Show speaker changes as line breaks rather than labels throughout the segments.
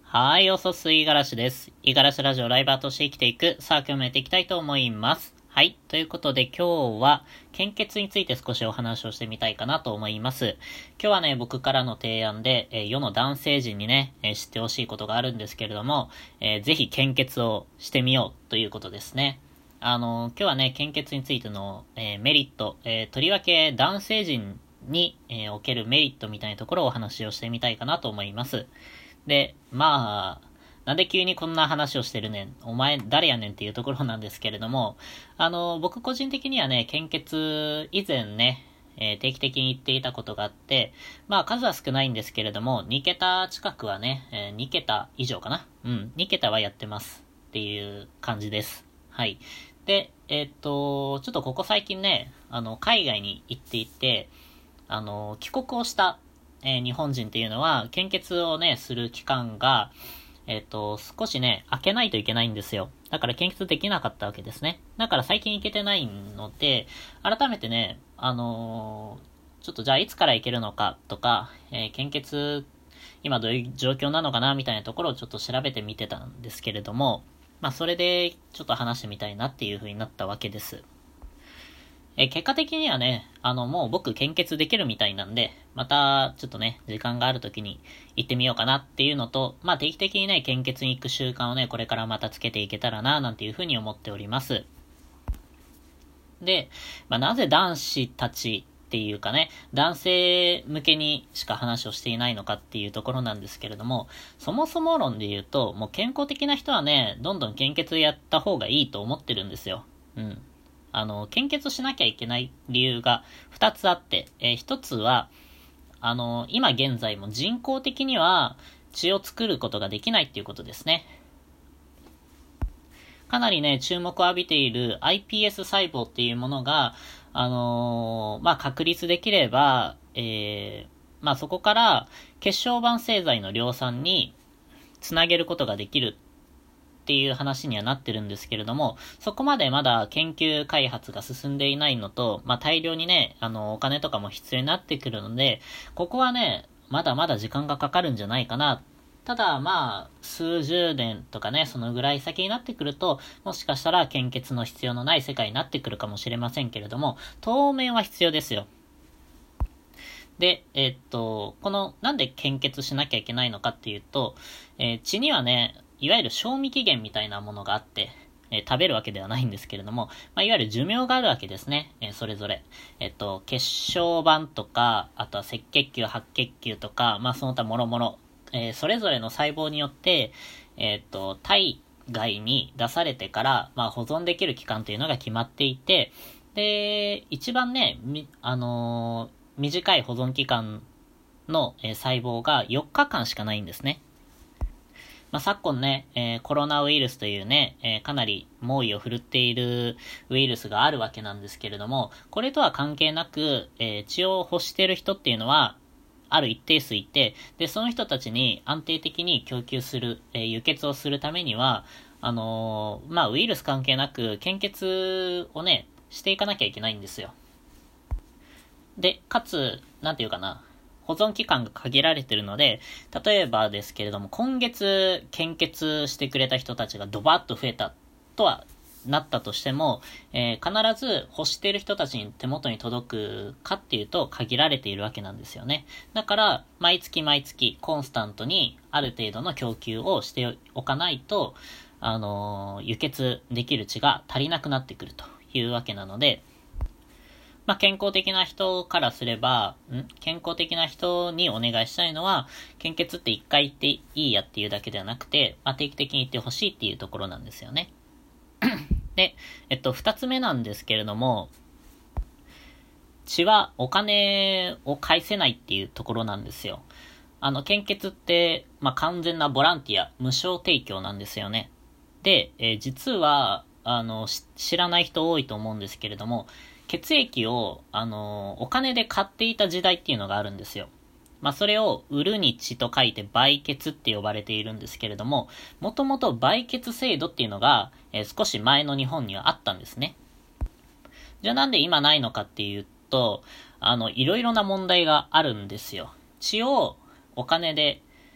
はい、おそすいがらしです。いがらしラジオライバーとして生きていく、さあ今日もやっていきたいと思います。はい、ということで今日は献血について少しお話をしてみたいかなと思います。今日はね、僕からの提案で、世の男性陣にね、知ってほしいことがあるんですけれども、ぜひ献血をしてみようということですね。今日はね、献血についての、メリット、とりわけ男性陣に、おけるメリットみたいなところをお話をしてみたいかなと思います。で、なんで急にこんな話をしてるねん、お前誰やねんっていうところなんですけれども、僕個人的にはね、献血以前ね、定期的に行っていたことがあって、数は少ないんですけれども、2桁近くはね、2桁以上かな。2桁はやってますっていう感じです。はい。で、ちょっとここ最近ね、海外に行っていて、帰国をした、日本人っていうのは、献血をね、する期間が、少しね、空けないといけないんですよ。だから献血できなかったわけですね。だから最近行けてないので、改めてね、ちょっとじゃあいつから行けるのかとか、献血、今どういう状況なのかなみたいなところをちょっと調べてみてたんですけれども、それでちょっと話してみたいなっていう風になったわけです。結果的にはね、もう僕献血できるみたいなんで、また、ちょっとね、時間がある時に行ってみようかなっていうのと、定期的にね、献血に行く習慣をね、これからまたつけていけたらな、なんていうふうに思っております。で、なぜ男子たちっていうかね、男性向けにしか話をしていないのかっていうところなんですけれども、そもそも論で言うと、もう健康的な人はね、どんどん献血やった方がいいと思ってるんですよ。献血しなきゃいけない理由が2つあって、1つは、今現在も人工的には血を作ることができないっていうことですね。かなりね、注目を浴びている iPS 細胞っていうものが、確立できれば、そこから血小板製剤の量産につなげることができるっていう話にはなってるんですけれども、そこまでまだ研究開発が進んでいないのと、大量にね、お金とかも必要になってくるので、ここはね、まだまだ時間がかかるんじゃないかな。ただ数十年とかね、そのぐらい先になってくると、もしかしたら献血の必要のない世界になってくるかもしれませんけれども、当面は必要ですよ。で、なんで献血しなきゃいけないのかっていうと、血にはね、いわゆる賞味期限みたいなものがあって、食べるわけではないんですけれども、いわゆる寿命があるわけですね。それぞれ。血小板とか、あとは赤血球、白血球とか、その他もろもろ、それぞれの細胞によって、体外に出されてから、保存できる期間というのが決まっていて、で、一番ね、短い保存期間の、細胞が4日間しかないんですね。昨今ね、コロナウイルスというね、かなり猛威を振るっているウイルスがあるわけなんですけれども、これとは関係なく、血を欲している人っていうのは、ある一定数いて、で、その人たちに安定的に供給する、輸血をするためには、ウイルス関係なく、献血をね、していかなきゃいけないんですよ。で、かつ、保存期間が限られているので、例えばですけれども、今月献血してくれた人たちがドバッと増えたとはなったとしても、必ず欲している人たちに手元に届くかっていうと限られているわけなんですよね。だから、毎月毎月コンスタントにある程度の供給をしておかないと、輸血できる血が足りなくなってくるというわけなので、健康的な人からすれば、健康的な人にお願いしたいのは、献血って一回行っていいやっていうだけではなくて、定期的に行ってほしいっていうところなんですよね。で、二つ目なんですけれども、血はお金を返せないっていうところなんですよ。献血って、完全なボランティア、無償提供なんですよね。で、実は、知らない人多いと思うんですけれども、血液を、お金で買っていた時代っていうのがあるんですよ。それを、売るに血と書いて売血って呼ばれているんですけれども、もともと売血制度っていうのが、少し前の日本にはあったんですね。じゃあなんで今ないのかっていうと、いろいろな問題があるんですよ。血をお金で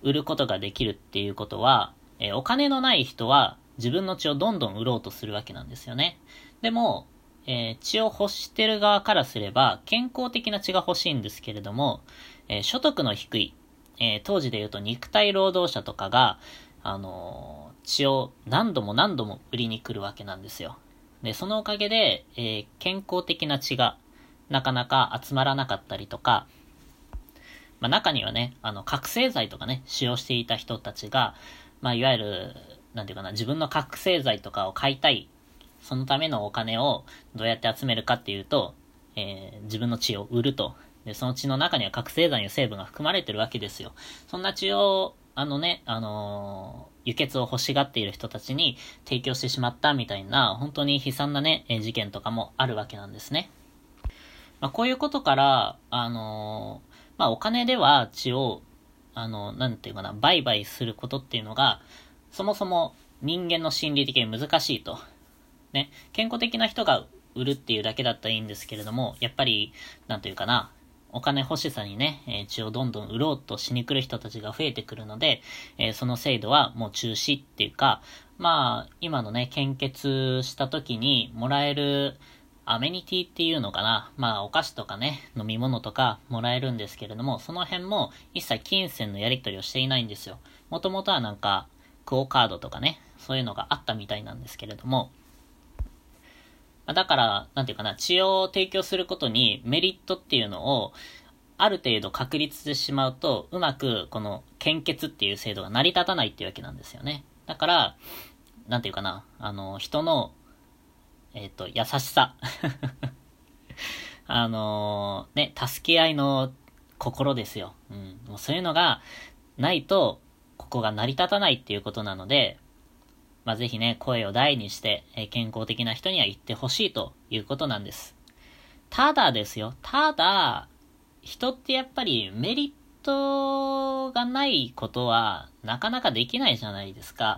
売ることができるっていうことは、お金のない人は自分の血をどんどん売ろうとするわけなんですよね。でも、血を欲してる側からすれば健康的な血が欲しいんですけれども、所得の低い、当時で言うと肉体労働者とかが、血を何度も何度も売りに来るわけなんですよ。で、そのおかげで、健康的な血がなかなか集まらなかったりとか、まあ、中にはね、覚醒剤とかね、使用していた人たちが、まあ、いわゆる、なんていうかな、自分の覚醒剤とかを買いたい、そのためのお金をどうやって集めるかっていうと、自分の血を売ると。で、その血の中には覚醒剤の成分が含まれてるわけですよ。そんな血を、輸血を欲しがっている人たちに提供してしまったみたいな、本当に悲惨なね、事件とかもあるわけなんですね。まあ、こういうことから、まあ、お金では血を、なんていうかな、売買することっていうのが、そもそも人間の心理的に難しいと。ね、健康的な人が売るっていうだけだったらいいんですけれども、やっぱり、なんていうかな、お金欲しさにね、血をどんどん売ろうとしに来る人たちが増えてくるので、その制度はもう中止っていうか、まあ、今のね、献血した時にもらえるアメニティっていうのかな。まあ、お菓子とかね、飲み物とかもらえるんですけれども、その辺も一切金銭のやり取りをしていないんですよ。もともとはなんか、クオカードとかね、そういうのがあったみたいなんですけれども、だから、なんていうかな、血を提供することにメリットっていうのを、ある程度確立してしまうと、うまくこの献血っていう制度が成り立たないっていうわけなんですよね。だから、なんていうかな、人の、優しさ。ね、助け合いの心ですよ。うん。もうそういうのがないと、ここが成り立たないっていうことなので、まあ、ぜひね、声を大にして、健康的な人には言ってほしいということなんです。ただですよ、ただ、人ってやっぱりメリットがないことはなかなかできないじゃないですか。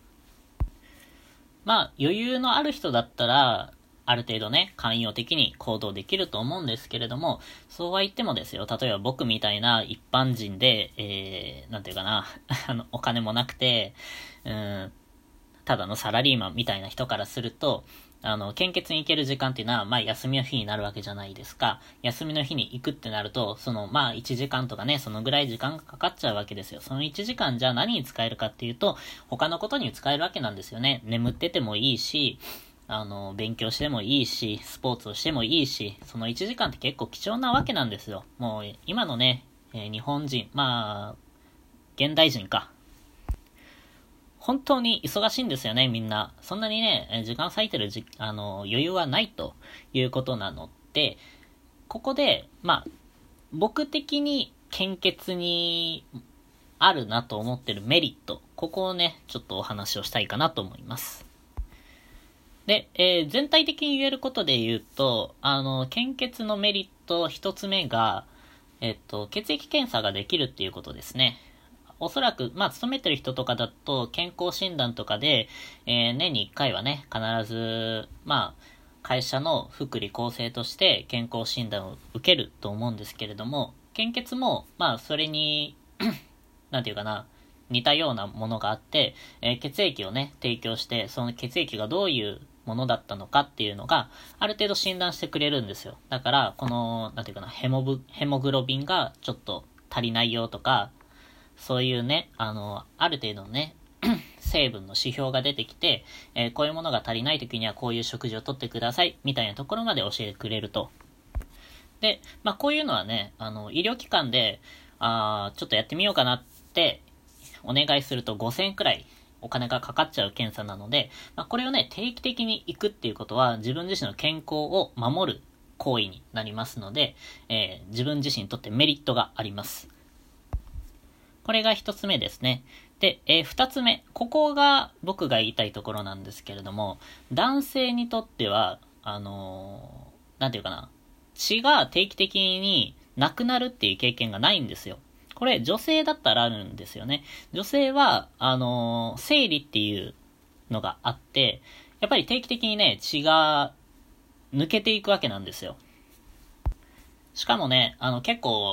まあ、余裕のある人だったら、ある程度ね、寛容的に行動できると思うんですけれども、そうは言ってもですよ、例えば僕みたいな一般人で、なんていうかな、お金もなくて、ただのサラリーマンみたいな人からすると、献血に行ける時間っていうのは、まあ休みの日になるわけじゃないですか。休みの日に行くってなると、まあ1時間とかね、そのぐらい時間がかかっちゃうわけですよ。その1時間じゃあ何に使えるかっていうと、他のことに使えるわけなんですよね。眠っててもいいし、勉強してもいいし、スポーツをしてもいいし、その1時間って結構貴重なわけなんですよ。もう、今のね、日本人、まあ、現代人か。本当に忙しいんですよね、みんな。そんなにね、時間割いてる余裕はないということなので、ここで、まあ、僕的に献血にあるなと思ってるメリット、ここをね、ちょっとお話をしたいかなと思います。で、全体的に言えることで言うと、献血のメリット一つ目が、血液検査ができるっていうことですね。おそらく、まあ、勤めてる人とかだと、健康診断とかで、年に1回はね、必ず、まあ、会社の福利厚生として健康診断を受けると思うんですけれども、献血も、まあ、それになんていうかな、似たようなものがあって、血液をね、提供して、その血液がどういうものだったのかっていうのが、ある程度診断してくれるんですよ。だから、この、なんていうかな、ヘモグロビンがちょっと足りないよとか、そういうね、ある程度のね、成分の指標が出てきて、こういうものが足りない時にはこういう食事をとってください、みたいなところまで教えてくれると。で、まあこういうのはね、医療機関で、ちょっとやってみようかなってお願いすると5000円くらいお金がかかっちゃう検査なので、まあこれをね、定期的に行くっていうことは自分自身の健康を守る行為になりますので、自分自身にとってメリットがあります。これが一つ目ですね。で、二つ目。ここが僕が言いたいところなんですけれども、男性にとっては、なんていうかな、血が定期的になくなるっていう経験がないんですよ。これ、女性だったらあるんですよね。女性は、生理っていうのがあって、やっぱり定期的にね、血が抜けていくわけなんですよ。しかもね、結構、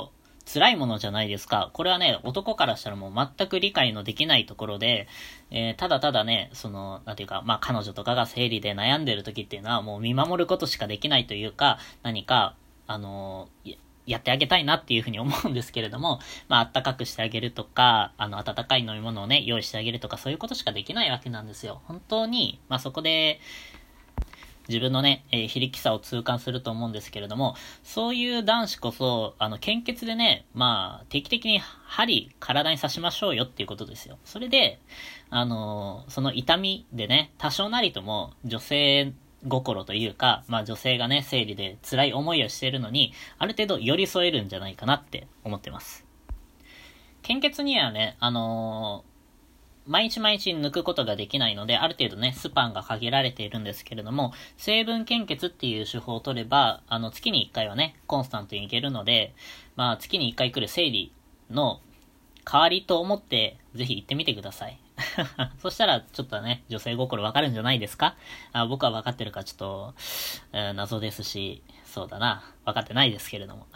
辛いものじゃないですか。これはね、男からしたらもう全く理解のできないところで、ただただね、なんていうか、まあ彼女とかが生理で悩んでる時っていうのはもう見守ることしかできないというか、何か、やってあげたいなっていうふうに思うんですけれども、まあ、あったかくしてあげるとか、温かい飲み物をね、用意してあげるとか、そういうことしかできないわけなんですよ。本当に、まあ、そこで、自分のね、非力さを痛感すると思うんですけれども、そういう男子こそ、献血でね、まあ、定期的に針、体に刺しましょうよっていうことですよ。それで、その痛みでね、多少なりとも女性心というか、まあ女性がね、生理で辛い思いをしているのに、ある程度寄り添えるんじゃないかなって思ってます。献血にはね、毎日毎日抜くことができないので、ある程度ね、スパンが限られているんですけれども、成分献血っていう手法を取れば、月に1回はね、コンスタントにいけるので、まあ、月に1回来る生理の代わりと思って、ぜひ行ってみてください。そしたら、ちょっとね、女性心わかるんじゃないですか？僕は分かってるかちょっと、謎ですし、そうだな、分かってないですけれども。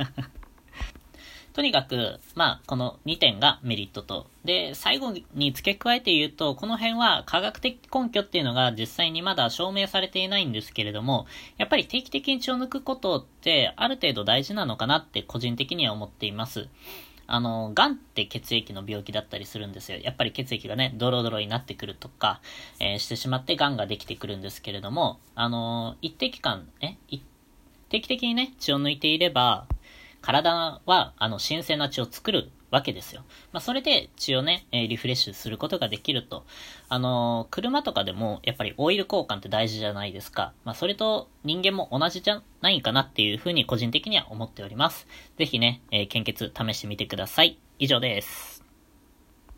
とにかく、まあ、この2点がメリットと。で、最後に付け加えて言うと、この辺は科学的根拠っていうのが実際にまだ証明されていないんですけれども、やっぱり定期的に血を抜くことってある程度大事なのかなって個人的には思っています。癌って血液の病気だったりするんですよ。やっぱり血液がね、ドロドロになってくるとか、してしまって癌ができてくるんですけれども、一定期間、定期的にね、血を抜いていれば、体は、新鮮な血を作るわけですよ。まあ、それで血をね、リフレッシュすることができると。車とかでも、やっぱりオイル交換って大事じゃないですか。まあ、それと人間も同じじゃないかなっていうふうに個人的には思っております。ぜひね、献血試してみてください。以上です。